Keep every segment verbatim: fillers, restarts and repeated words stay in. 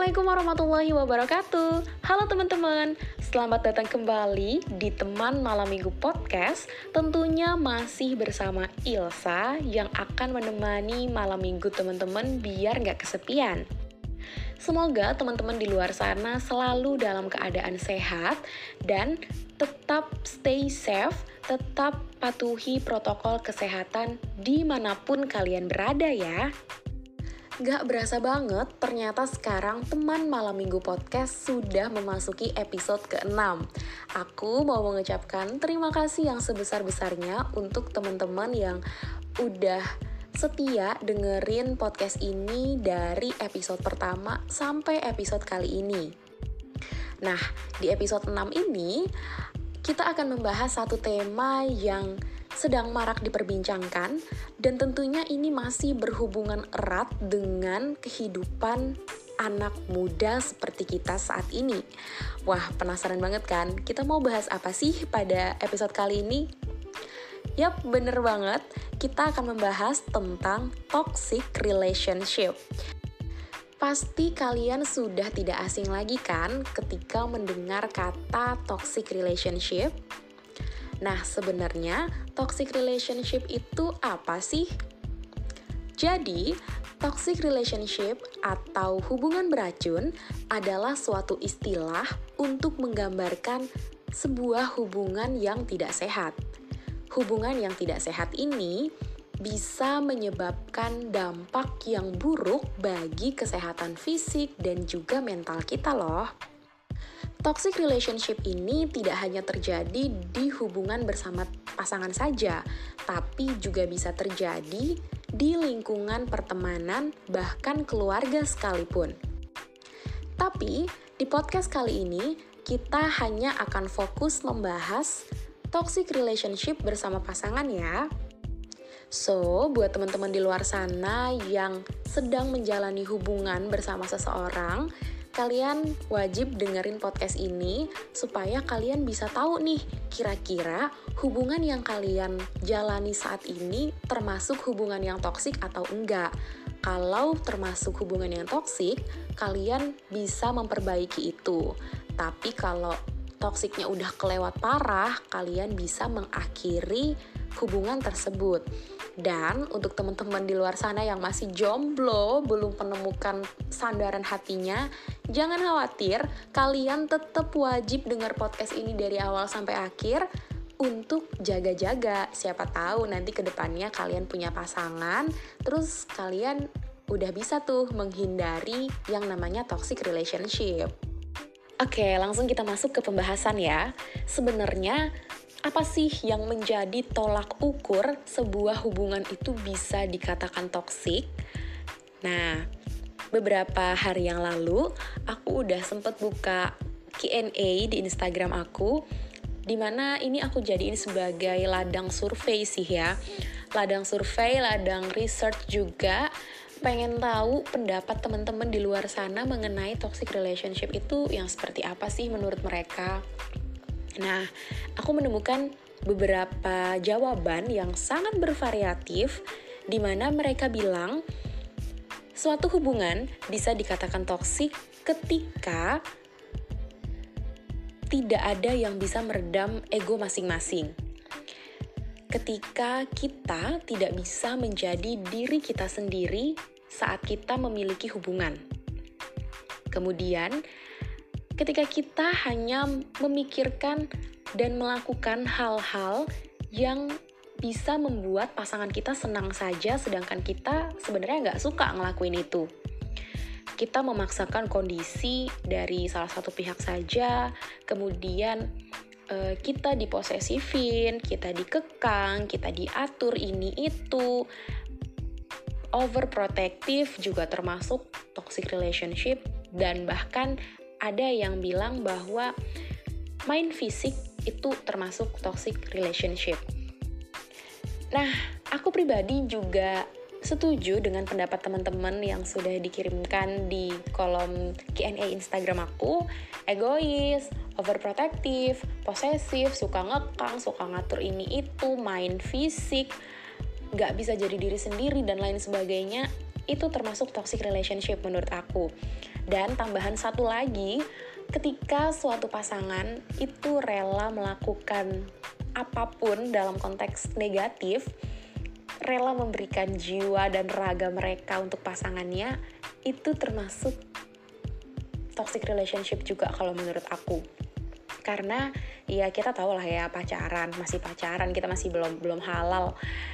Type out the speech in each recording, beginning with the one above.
Assalamualaikum warahmatullahi wabarakatuh. Halo teman-teman, selamat datang kembali di Teman Malam Minggu Podcast. Tentunya masih bersama Ilsa yang akan menemani malam minggu teman-teman biar gak kesepian. Semoga teman-teman di luar sana selalu dalam keadaan sehat dan tetap stay safe, tetap patuhi protokol kesehatan dimanapun kalian berada ya. Gak berasa banget, ternyata sekarang Teman Malam Minggu Podcast sudah memasuki episode keenam. Aku mau mengucapkan terima kasih yang sebesar-besarnya untuk teman-teman yang udah setia dengerin podcast ini dari episode pertama sampai episode kali ini. Nah, di episode enam ini, kita akan membahas satu tema yang sedang marak diperbincangkan, dan tentunya ini masih berhubungan erat dengan kehidupan anak muda seperti kita saat ini. Wah, penasaran banget kan? Kita mau bahas apa sih pada episode kali ini? Yap, bener banget. Kita akan membahas tentang toxic relationship. Pasti kalian sudah tidak asing lagi kan ketika mendengar kata toxic relationship? Nah, sebenarnya toxic relationship itu apa sih? Jadi, toxic relationship atau hubungan beracun adalah suatu istilah untuk menggambarkan sebuah hubungan yang tidak sehat. Hubungan yang tidak sehat ini bisa menyebabkan dampak yang buruk bagi kesehatan fisik dan juga mental kita loh. Toxic relationship ini tidak hanya terjadi di hubungan bersama pasangan saja, tapi juga bisa terjadi di lingkungan pertemanan, bahkan keluarga sekalipun. Tapi, di podcast kali ini, kita hanya akan fokus membahas toxic relationship bersama pasangan ya. So, buat teman-teman di luar sana yang sedang menjalani hubungan bersama seseorang, kalian wajib dengerin podcast ini supaya kalian bisa tahu nih kira-kira hubungan yang kalian jalani saat ini termasuk hubungan yang toksik atau enggak. Kalau termasuk hubungan yang toksik, kalian bisa memperbaiki itu. Tapi kalau toksiknya udah kelewat parah, kalian bisa mengakhiri hubungan tersebut. Dan untuk teman-teman di luar sana yang masih jomblo, belum menemukan sandaran hatinya, jangan khawatir, kalian tetap wajib dengar podcast ini dari awal sampai akhir untuk jaga-jaga. Siapa tahu nanti ke depannya kalian punya pasangan, terus kalian udah bisa tuh menghindari yang namanya toxic relationship. Oke, langsung kita masuk ke pembahasan ya. Sebenarnya apa sih yang menjadi tolak ukur sebuah hubungan itu bisa dikatakan toksik? Nah, beberapa hari yang lalu, aku udah sempet buka Q and A di Instagram aku, dimana ini aku jadiin sebagai ladang survei sih ya. Ladang survei, ladang research juga, pengen tahu pendapat teman-teman di luar sana mengenai toxic relationship itu yang seperti apa sih menurut mereka. Nah, aku menemukan beberapa jawaban yang sangat bervariatif di mana mereka bilang suatu hubungan bisa dikatakan toksik ketika tidak ada yang bisa meredam ego masing-masing. Ketika kita tidak bisa menjadi diri kita sendiri saat kita memiliki hubungan. Kemudian, ketika kita hanya memikirkan dan melakukan hal-hal yang bisa membuat pasangan kita senang saja, sedangkan kita sebenarnya nggak suka ngelakuin itu. Kita memaksakan kondisi dari salah satu pihak saja, kemudian eh, kita diposesifin, kita dikekang, kita diatur ini itu. Overprotective juga termasuk toxic relationship, dan bahkan ada yang bilang bahwa main fisik itu termasuk toxic relationship. Nah, aku pribadi juga setuju dengan pendapat teman-teman yang sudah dikirimkan di kolom Q and A Instagram aku. Egois, overprotective, posesif, suka ngekang, suka ngatur ini itu, main fisik. nggak bisa jadi diri sendiri dan lain sebagainya, itu termasuk toxic relationship menurut aku. Dan tambahan satu lagi, ketika suatu pasangan itu rela melakukan apapun dalam konteks negatif, rela memberikan jiwa dan raga mereka untuk pasangannya, itu termasuk toxic relationship juga kalau menurut aku. Karena ya kita tahu lah ya, pacaran, masih pacaran, kita masih belum belum halal.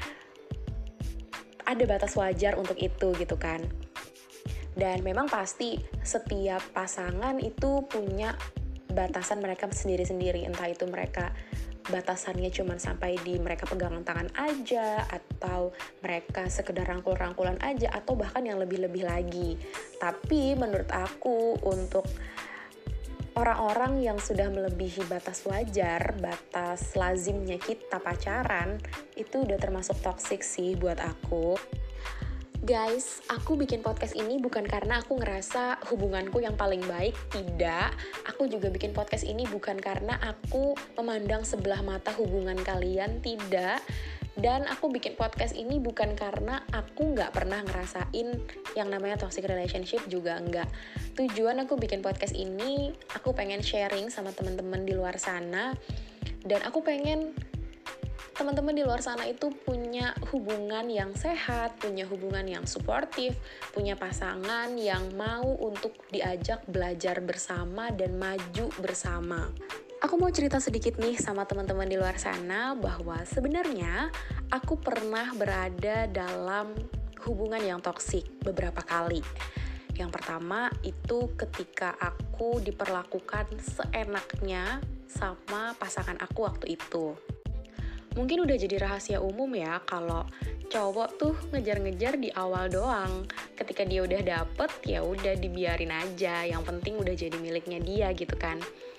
Ada batas wajar untuk itu gitu kan. Dan memang pasti setiap pasangan itu punya batasan mereka sendiri-sendiri. Entah itu mereka batasannya cuma sampai di mereka pegangan tangan aja, atau mereka sekedar rangkul-rangkulan aja, atau bahkan yang lebih-lebih lagi. Tapi menurut aku, untuk orang-orang yang sudah melebihi batas wajar, batas lazimnya kita pacaran, itu udah termasuk toksik sih buat aku. Guys, aku bikin podcast ini bukan karena aku ngerasa hubunganku yang paling baik, tidak. Aku juga bikin podcast ini bukan karena aku memandang sebelah mata hubungan kalian, tidak. Dan aku bikin podcast ini bukan karena aku nggak pernah ngerasain yang namanya toxic relationship, juga enggak. Tujuan aku bikin podcast ini, aku pengen sharing sama teman-teman di luar sana, dan aku pengen teman-teman di luar sana itu punya hubungan yang sehat, punya hubungan yang suportif, punya pasangan yang mau untuk diajak belajar bersama dan maju bersama. Aku mau cerita sedikit nih sama teman-teman di luar sana bahwa sebenarnya aku pernah berada dalam hubungan yang toksik beberapa kali. Yang pertama itu ketika aku diperlakukan seenaknya sama pasangan aku waktu itu. Mungkin udah jadi rahasia umum ya kalau cowok tuh ngejar-ngejar di awal doang. Ketika dia udah dapet, ya udah dibiarin aja. Yang penting udah jadi miliknya dia gitu kan.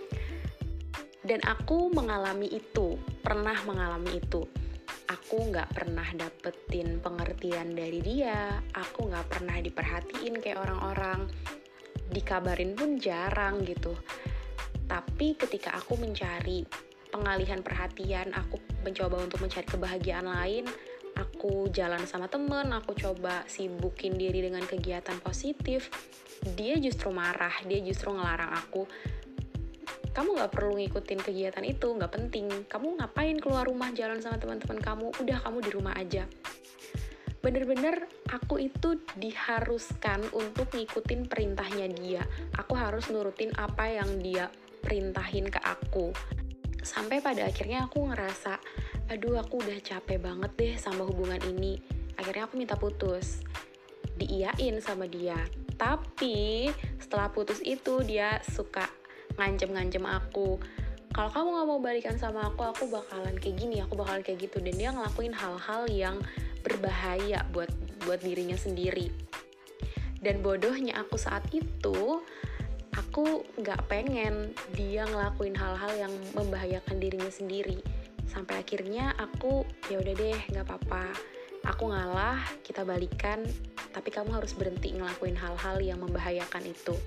Dan aku mengalami itu, pernah mengalami itu. Aku nggak pernah dapetin pengertian dari dia. Aku nggak pernah diperhatiin kayak orang-orang. Dikabarin pun jarang gitu. Tapi ketika aku mencari pengalihan perhatian, aku mencoba untuk mencari kebahagiaan lain, aku jalan sama temen, aku coba sibukin diri dengan kegiatan positif, dia justru marah, dia justru ngelarang aku, kamu gak perlu ngikutin kegiatan itu, gak penting, kamu ngapain keluar rumah jalan sama teman-teman kamu, udah kamu di rumah aja. Bener-bener aku itu diharuskan untuk ngikutin perintahnya dia, aku harus nurutin apa yang dia perintahin ke aku. Sampai pada akhirnya aku ngerasa, aduh aku udah capek banget deh sama hubungan ini. Akhirnya aku minta putus. Diiyain sama dia. Tapi setelah putus itu dia suka ngancem-ngancem aku. Kalau kamu gak mau balikan sama aku, aku bakalan kayak gini, aku bakalan kayak gitu. Dan dia ngelakuin hal-hal yang berbahaya buat buat dirinya sendiri. Dan bodohnya aku saat itu, aku gak pengen dia ngelakuin hal-hal yang membahayakan dirinya sendiri. Sampai akhirnya aku, ya udah deh, gak apa-apa. Aku ngalah, kita balikan, tapi kamu harus berhenti ngelakuin hal-hal yang membahayakan itu.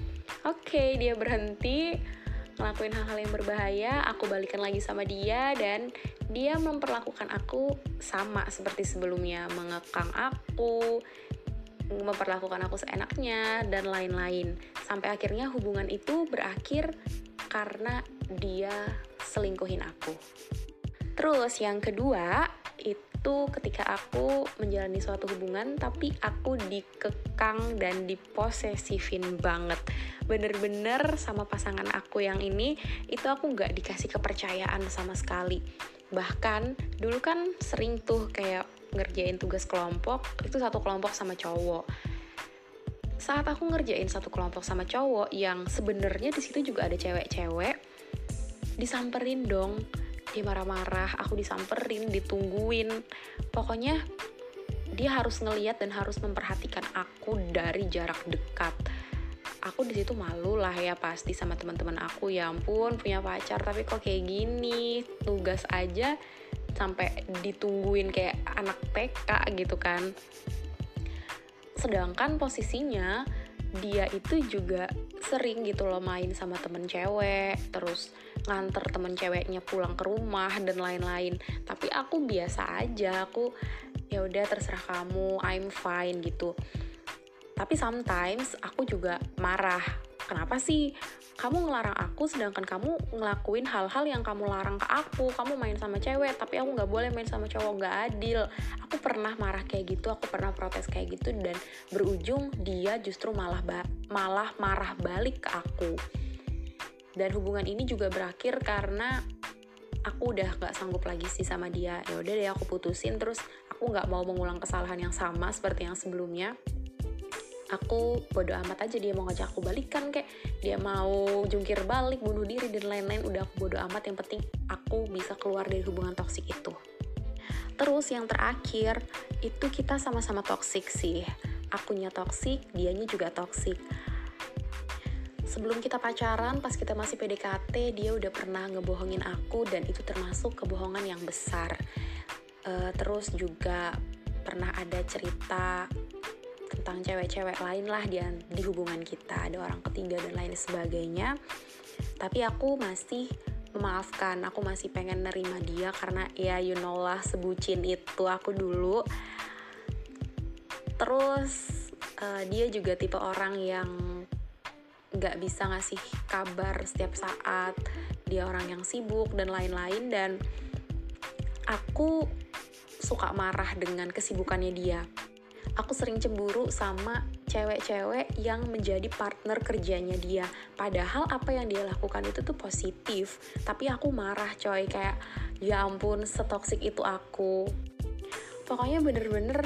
Oke, dia berhenti ngelakuin hal-hal yang berbahaya, aku balikan lagi sama dia, dan dia memperlakukan aku sama seperti sebelumnya, mengekang aku, memperlakukan aku seenaknya, dan lain-lain. Sampai akhirnya hubungan itu berakhir karena dia selingkuhin aku. Terus yang kedua, itu ketika aku menjalani suatu hubungan, tapi aku dikekang dan diposesifin banget. Bener-bener sama pasangan aku yang ini, itu aku gak dikasih kepercayaan sama sekali. Bahkan dulu kan sering tuh kayak ngerjain tugas kelompok, itu satu kelompok sama cowok. Saat aku ngerjain satu kelompok sama cowok yang sebenarnya di situ juga ada cewek-cewek, disamperin dong, dia marah-marah, aku disamperin, ditungguin. Pokoknya dia harus ngelihat dan harus memperhatikan aku dari jarak dekat. Aku di situ malu lah ya pasti sama teman-teman aku, ya ampun punya pacar tapi kok kayak gini, tugas aja sampai ditungguin kayak anak T K gitu kan. Sedangkan posisinya dia itu juga sering gitu loh main sama temen cewek, terus nganter temen ceweknya pulang ke rumah dan lain-lain. Tapi aku biasa aja, aku ya udah terserah kamu, I'm fine gitu. Tapi sometimes aku juga marah. Kenapa sih kamu ngelarang aku sedangkan kamu ngelakuin hal-hal yang kamu larang ke aku? Kamu main sama cewek tapi aku gak boleh main sama cowok, gak adil. Aku pernah marah kayak gitu, aku pernah protes kayak gitu, dan berujung dia justru malah ba- malah marah balik ke aku. Dan hubungan ini juga berakhir karena aku udah gak sanggup lagi sih sama dia. Ya udah deh, aku putusin, terus aku gak mau mengulang kesalahan yang sama seperti yang sebelumnya. Aku bodo amat aja dia mau ngajak aku balikan, kayak dia mau jungkir balik, bunuh diri dan lain-lain, udah aku bodo amat, yang penting aku bisa keluar dari hubungan toksik itu. Terus yang terakhir itu kita sama-sama toksik sih. Akunya toksik, dianya juga toksik. Sebelum kita pacaran, pas kita masih P D K T, dia udah pernah ngebohongin aku, dan itu termasuk kebohongan yang besar. Uh, terus juga pernah ada cerita tentang cewek-cewek lain lah di, di hubungan kita, ada orang ketiga dan lain sebagainya. Tapi aku masih memaafkan, aku masih pengen nerima dia karena ya you know lah, sebucin itu aku dulu. Terus uh, dia juga tipe orang yang gak bisa ngasih kabar setiap saat, dia orang yang sibuk dan lain-lain, dan aku suka marah dengan kesibukannya dia. Aku sering cemburu sama cewek-cewek yang menjadi partner kerjanya dia. Padahal apa yang dia lakukan itu tuh positif. Tapi aku marah coy, kayak ya ampun setoksik itu aku. Pokoknya bener-bener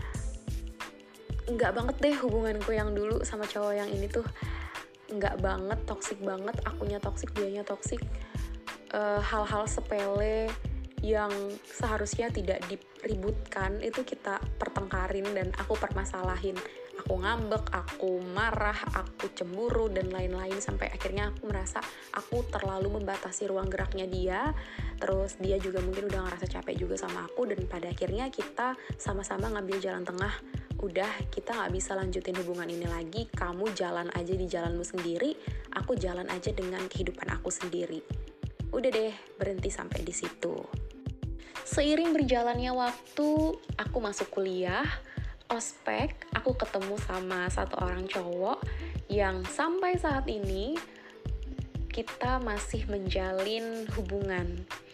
nggak banget deh hubunganku yang dulu sama cowok yang ini tuh. Nggak banget, toksik banget. Akunya toksik, dianya toksik. Uh, hal-hal sepele yang seharusnya tidak diributkan itu kita pertengkarin dan aku permasalahin. Aku ngambek, aku marah, aku cemburu dan lain-lain, sampai akhirnya aku merasa aku terlalu membatasi ruang geraknya dia. Terus dia juga mungkin udah ngerasa capek juga sama aku, dan pada akhirnya kita sama-sama ngambil jalan tengah. Udah, kita gak bisa lanjutin hubungan ini lagi. Kamu jalan aja di jalanmu sendiri, aku jalan aja dengan kehidupan aku sendiri. Udah deh, berhenti sampai di situ. Seiring berjalannya waktu, aku masuk kuliah, ospek, aku ketemu sama satu orang cowok yang sampai saat ini kita masih menjalin hubungan.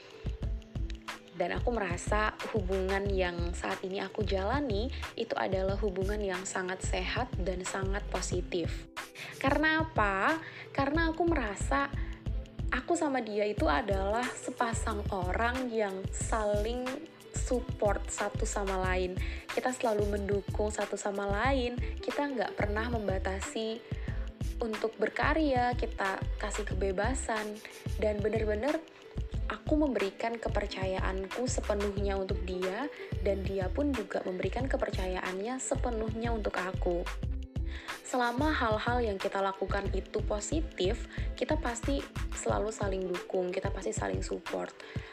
Dan aku merasa hubungan yang saat ini aku jalani itu adalah hubungan yang sangat sehat dan sangat positif. Karena apa? Karena aku merasa aku sama dia itu adalah sepasang orang yang saling support satu sama lain. Kita selalu mendukung satu sama lain. Kita nggak pernah membatasi untuk berkarya. Kita kasih kebebasan. Dan benar-benar aku memberikan kepercayaanku sepenuhnya untuk dia. Dan dia pun juga memberikan kepercayaannya sepenuhnya untuk aku. Selama hal-hal yang kita lakukan itu positif, kita pasti selalu saling dukung, kita pasti saling support.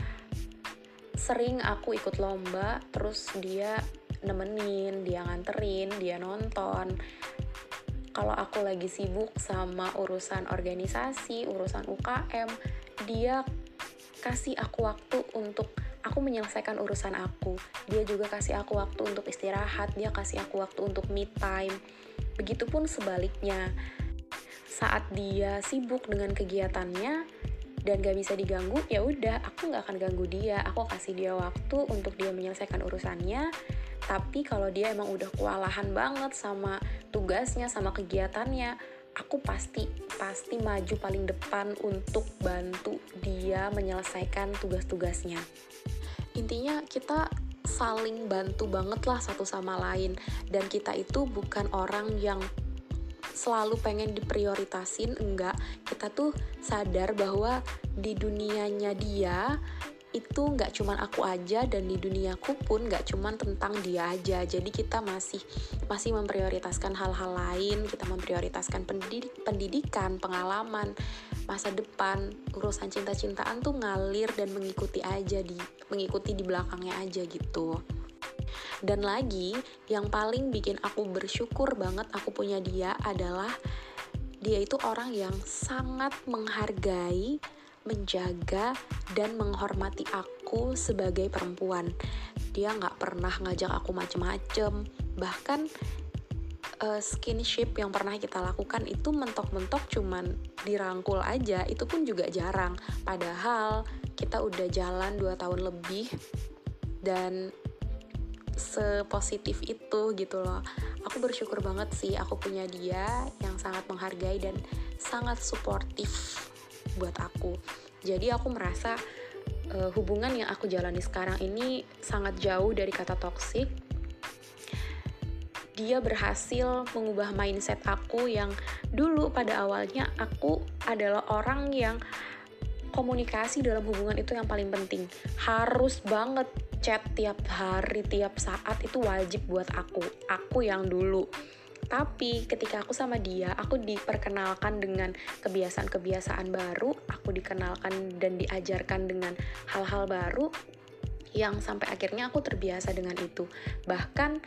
Sering aku ikut lomba, terus dia nemenin, dia nganterin, dia nonton. Kalau aku lagi sibuk sama urusan organisasi, urusan U K M, dia kasih aku waktu untuk aku menyelesaikan urusan aku. Dia juga kasih aku waktu untuk istirahat, dia kasih aku waktu untuk me time. Begitupun sebaliknya, saat dia sibuk dengan kegiatannya dan gak bisa diganggu, ya udah, aku gak akan ganggu dia. Aku kasih dia waktu untuk dia menyelesaikan urusannya. Tapi kalau dia emang udah kewalahan banget sama tugasnya, sama kegiatannya, aku pasti pasti maju paling depan untuk bantu dia menyelesaikan tugas-tugasnya. Intinya kita saling bantu banget lah satu sama lain, dan kita itu bukan orang yang selalu pengen diprioritasin, enggak. Kita tuh sadar bahwa di dunianya dia itu nggak cuman aku aja, dan di duniaku pun nggak cuman tentang dia aja. Jadi kita masih masih memprioritaskan hal-hal lain, kita memprioritaskan pendidik, pendidikan, pengalaman, masa depan. Urusan cinta-cintaan tuh ngalir dan mengikuti aja di mengikuti di belakangnya aja gitu. Dan lagi, yang paling bikin aku bersyukur banget aku punya dia adalah dia itu orang yang sangat menghargai, menjaga, dan menghormati aku sebagai perempuan. dia nggak pernah ngajak aku macem-macem. Bahkan uh, skinship yang pernah kita lakukan itu mentok-mentok cuman dirangkul aja, itu pun juga jarang. Padahal kita udah jalan dua tahun lebih dan sepositif itu gitu loh. Aku bersyukur banget sih aku punya dia yang sangat menghargai dan sangat suportif buat aku. Jadi aku merasa uh, hubungan yang aku jalani sekarang ini sangat jauh dari kata toksik. Dia berhasil mengubah mindset aku yang dulu pada awalnya aku adalah orang yang komunikasi dalam hubungan itu yang paling penting. Harus banget chat tiap hari, tiap saat, itu wajib buat aku. Aku yang dulu. Tapi ketika aku sama dia, aku diperkenalkan dengan kebiasaan-kebiasaan baru, aku dikenalkan dan diajarkan dengan hal-hal baru yang sampai akhirnya aku terbiasa dengan itu. Bahkan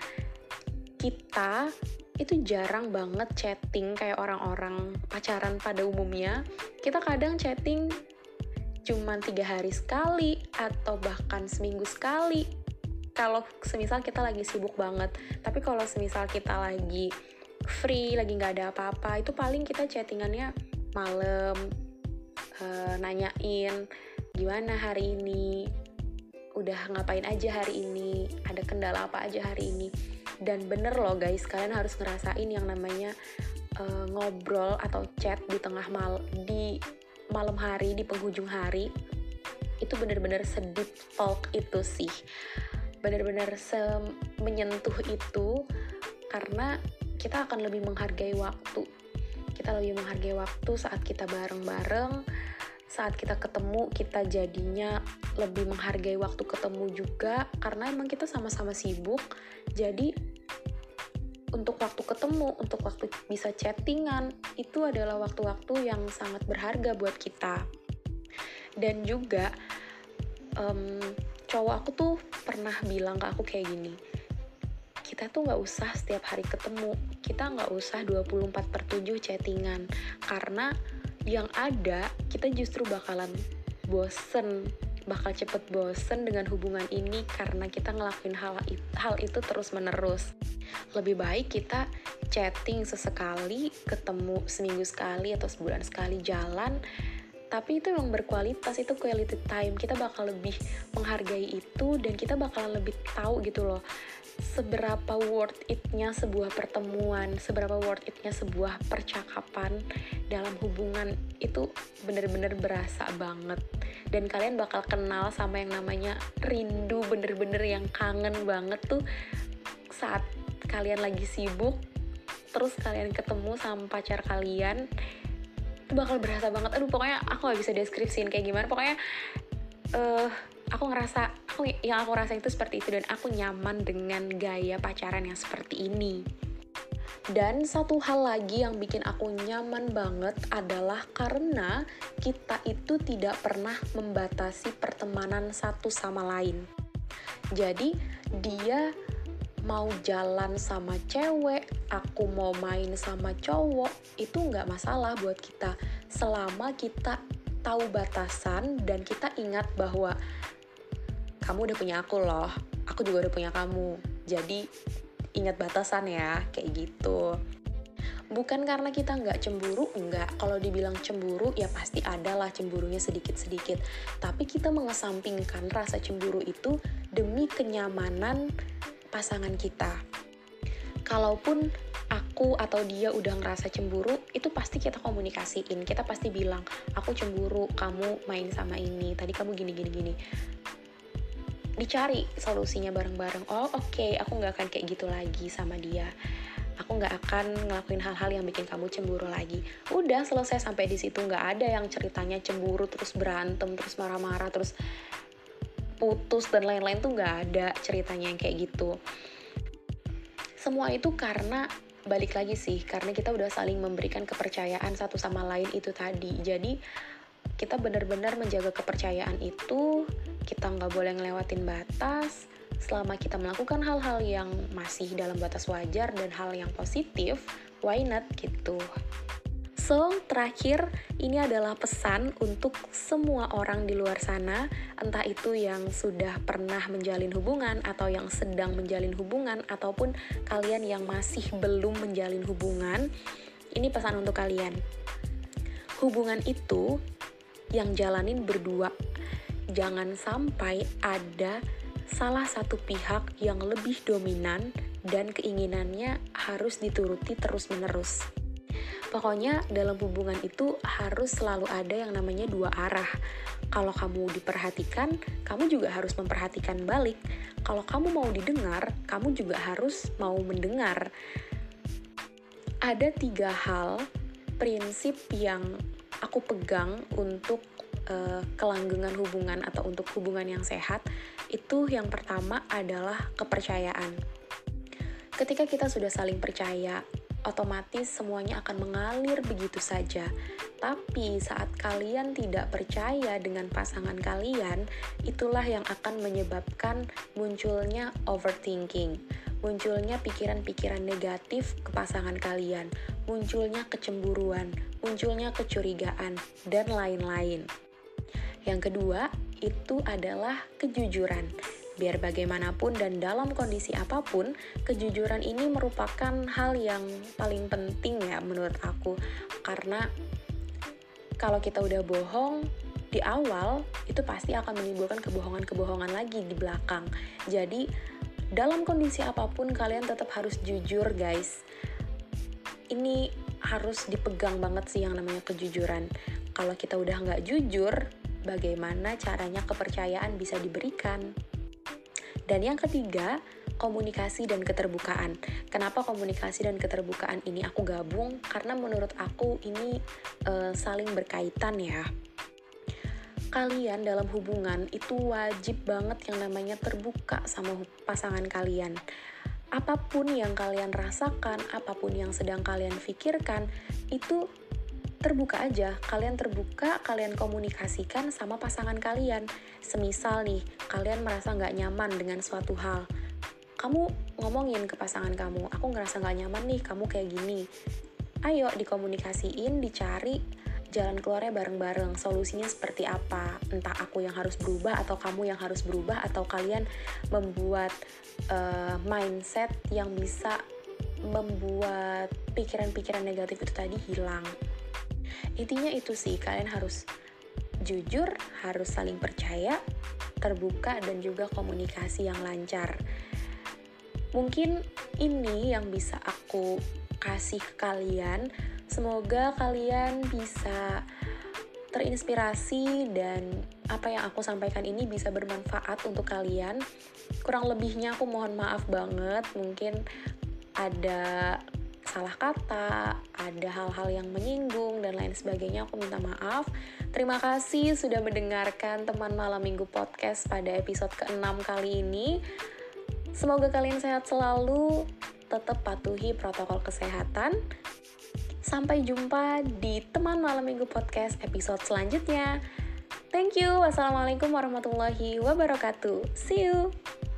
kita itu jarang banget chatting kayak orang-orang pacaran pada umumnya. Kita kadang chatting cuman tiga hari sekali atau bahkan seminggu sekali kalau semisal kita lagi sibuk banget. Tapi kalau semisal kita lagi free, lagi nggak ada apa-apa, itu paling kita chattingannya malam, uh, nanyain gimana hari ini, udah ngapain aja hari ini, ada kendala apa aja hari ini. Dan bener loh guys, kalian harus ngerasain yang namanya uh, ngobrol atau chat di tengah mal di malam hari, di penghujung hari, itu benar-benar sedip talk itu sih, benar-benar menyentuh itu, karena kita akan lebih menghargai waktu, kita lebih menghargai waktu saat kita bareng-bareng, saat kita ketemu, kita jadinya lebih menghargai waktu ketemu juga, karena emang kita sama-sama sibuk, jadi untuk waktu ketemu, untuk waktu bisa chattingan, itu adalah waktu-waktu yang sangat berharga buat kita. Dan juga, um, cowok aku tuh pernah bilang ke aku kayak gini, kita tuh gak usah setiap hari ketemu, kita gak usah dua puluh empat per tujuh chattingan, karena yang ada, kita justru bakalan bosen, bakal cepet bosen dengan hubungan ini karena kita ngelakuin hal itu, hal itu terus-menerus. Lebih baik kita chatting sesekali, ketemu seminggu sekali atau sebulan sekali jalan, tapi itu yang berkualitas, itu quality time. Kita bakal lebih menghargai itu dan kita bakalan lebih tahu gitu loh, seberapa worth it-nya sebuah pertemuan, seberapa worth it-nya sebuah percakapan dalam hubungan. Itu bener-bener berasa banget. Dan kalian bakal kenal sama yang namanya rindu, bener-bener yang kangen banget tuh saat kalian lagi sibuk, terus kalian ketemu sama pacar kalian, itu bakal berasa banget. Aduh, pokoknya aku gak bisa deskripsiin kayak gimana. Pokoknya uh, aku ngerasa, aku yang aku rasa itu seperti itu, dan aku nyaman dengan gaya pacaran yang seperti ini. Dan satu hal lagi yang bikin aku nyaman banget adalah karena kita itu tidak pernah membatasi pertemanan satu sama lain. Jadi dia mau jalan sama cewek, aku mau main sama cowok, itu nggak masalah buat kita. Selama kita tahu batasan dan kita ingat bahwa kamu udah punya aku loh, aku juga udah punya kamu. Jadi ingat batasan ya, kayak gitu. Bukan karena kita nggak cemburu, enggak. Kalau dibilang cemburu, ya pasti ada lah cemburunya sedikit-sedikit. Tapi kita mengesampingkan rasa cemburu itu demi kenyamanan pasangan kita. Kalaupun aku atau dia udah ngerasa cemburu, itu pasti kita komunikasiin. Kita pasti bilang, aku cemburu, kamu main sama ini, tadi kamu gini-gini-gini. Dicari solusinya bareng-bareng. Oh oke, okay, aku gak akan kayak gitu lagi sama dia. Aku gak akan ngelakuin hal-hal yang bikin kamu cemburu lagi. Udah selesai sampai di situ. Gak ada yang ceritanya cemburu, terus berantem, terus marah-marah, terus putus dan lain-lain tuh gak ada ceritanya yang kayak gitu. Semua itu karena, balik lagi sih, karena kita udah saling memberikan kepercayaan satu sama lain itu tadi. Jadi kita benar-benar menjaga kepercayaan itu, kita gak boleh ngelewatin batas. Selama kita melakukan hal-hal yang masih dalam batas wajar dan hal yang positif, why not gitu. So, terakhir, ini adalah pesan untuk semua orang di luar sana, entah itu yang sudah pernah menjalin hubungan, atau yang sedang menjalin hubungan, ataupun kalian yang masih belum menjalin hubungan. Ini pesan untuk kalian. Hubungan itu yang jalanin berdua. Jangan sampai ada salah satu pihak yang lebih dominan dan keinginannya harus dituruti terus-menerus. Pokoknya dalam hubungan itu harus selalu ada yang namanya dua arah. Kalau kamu diperhatikan, kamu juga harus memperhatikan balik. Kalau kamu mau didengar, kamu juga harus mau mendengar. Ada tiga hal, prinsip yang aku pegang untuk uh, kelanggengan hubungan atau untuk hubungan yang sehat. Itu yang pertama adalah kepercayaan. Ketika kita sudah saling percaya, otomatis semuanya akan mengalir begitu saja. Tapi saat kalian tidak percaya dengan pasangan kalian, itulah yang akan menyebabkan munculnya overthinking, munculnya pikiran-pikiran negatif ke pasangan kalian, munculnya kecemburuan, munculnya kecurigaan, dan lain-lain. Yang kedua, itu adalah kejujuran. Biar bagaimanapun dan dalam kondisi apapun, kejujuran ini merupakan hal yang paling penting ya menurut aku. Karena kalau kita udah bohong di awal, itu pasti akan menimbulkan kebohongan-kebohongan lagi di belakang. Jadi, dalam kondisi apapun kalian tetap harus jujur, guys. Ini harus dipegang banget sih yang namanya kejujuran. Kalau kita udah nggak jujur, bagaimana caranya kepercayaan bisa diberikan? Dan yang ketiga, komunikasi dan keterbukaan. Kenapa komunikasi dan keterbukaan ini aku gabung? Karena menurut aku ini e, saling berkaitan ya. Kalian dalam hubungan itu wajib banget yang namanya terbuka sama pasangan kalian. Apapun yang kalian rasakan, apapun yang sedang kalian pikirkan, itu terbuka aja, kalian terbuka, kalian komunikasikan sama pasangan kalian. Semisal nih, kalian merasa nggak nyaman dengan suatu hal, kamu ngomongin ke pasangan kamu, aku ngerasa nggak nyaman nih, kamu kayak gini. Ayo dikomunikasiin, dicari jalan keluarnya bareng-bareng, solusinya seperti apa. Entah aku yang harus berubah, atau kamu yang harus berubah, atau kalian membuat uh, mindset yang bisa membuat pikiran-pikiran negatif itu tadi hilang. Intinya itu sih, kalian harus jujur, harus saling percaya, terbuka, dan juga komunikasi yang lancar. Mungkin ini yang bisa aku kasih ke kalian. Semoga kalian bisa terinspirasi dan apa yang aku sampaikan ini bisa bermanfaat untuk kalian. Kurang lebihnya aku mohon maaf banget, mungkin ada salah kata, ada hal-hal yang menyinggung, dan lain sebagainya, aku minta maaf. Terima kasih sudah mendengarkan Teman Malam Minggu Podcast pada episode keenam kali ini. Semoga kalian sehat selalu, tetap patuhi protokol kesehatan. Sampai jumpa di Teman Malam Minggu Podcast episode selanjutnya. Thank you. Wassalamualaikum warahmatullahi wabarakatuh. See you.